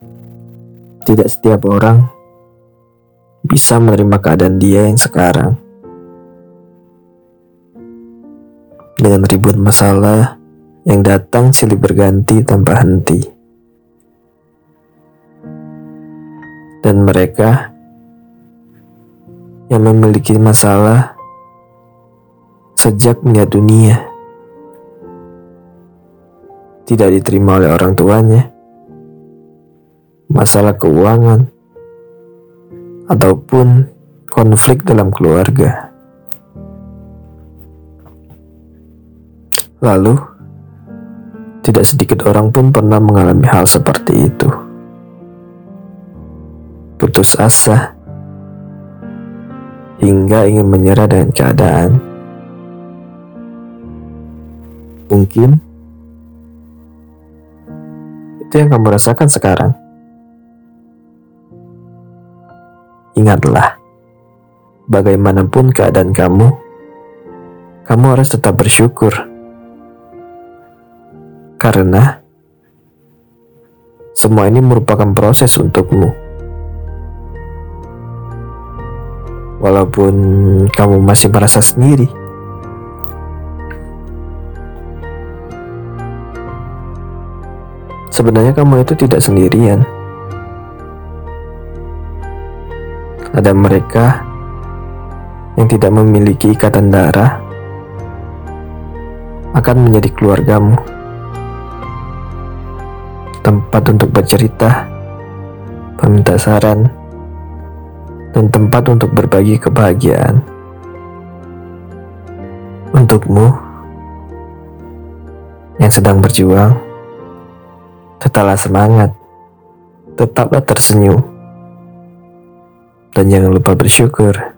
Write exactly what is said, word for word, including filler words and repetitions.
Tidak setiap orang bisa menerima keadaan dia yang sekarang. Dengan ribuan masalah yang datang silih berganti tanpa henti. Dan mereka yang memiliki masalah sejak melihat dunia tidak diterima oleh orang tuanya, masalah keuangan, ataupun konflik dalam keluarga. Lalu, tidak sedikit orang pun pernah mengalami hal seperti itu. Putus asa, hingga ingin menyerah dengan keadaan. Mungkin itu yang kamu rasakan sekarang. Ingatlah, bagaimanapun keadaan kamu, kamu harus tetap bersyukur. Karena semua ini merupakan proses untukmu. Walaupun kamu masih merasa sendiri, sebenarnya kamu itu tidak sendirian. Ada mereka yang tidak memiliki ikatan darah akan menjadi keluargamu, tempat untuk bercerita, meminta saran, dan tempat untuk berbagi kebahagiaan. Untukmu yang sedang berjuang, tetaplah semangat, tetaplah tersenyum, dan jangan lupa bersyukur.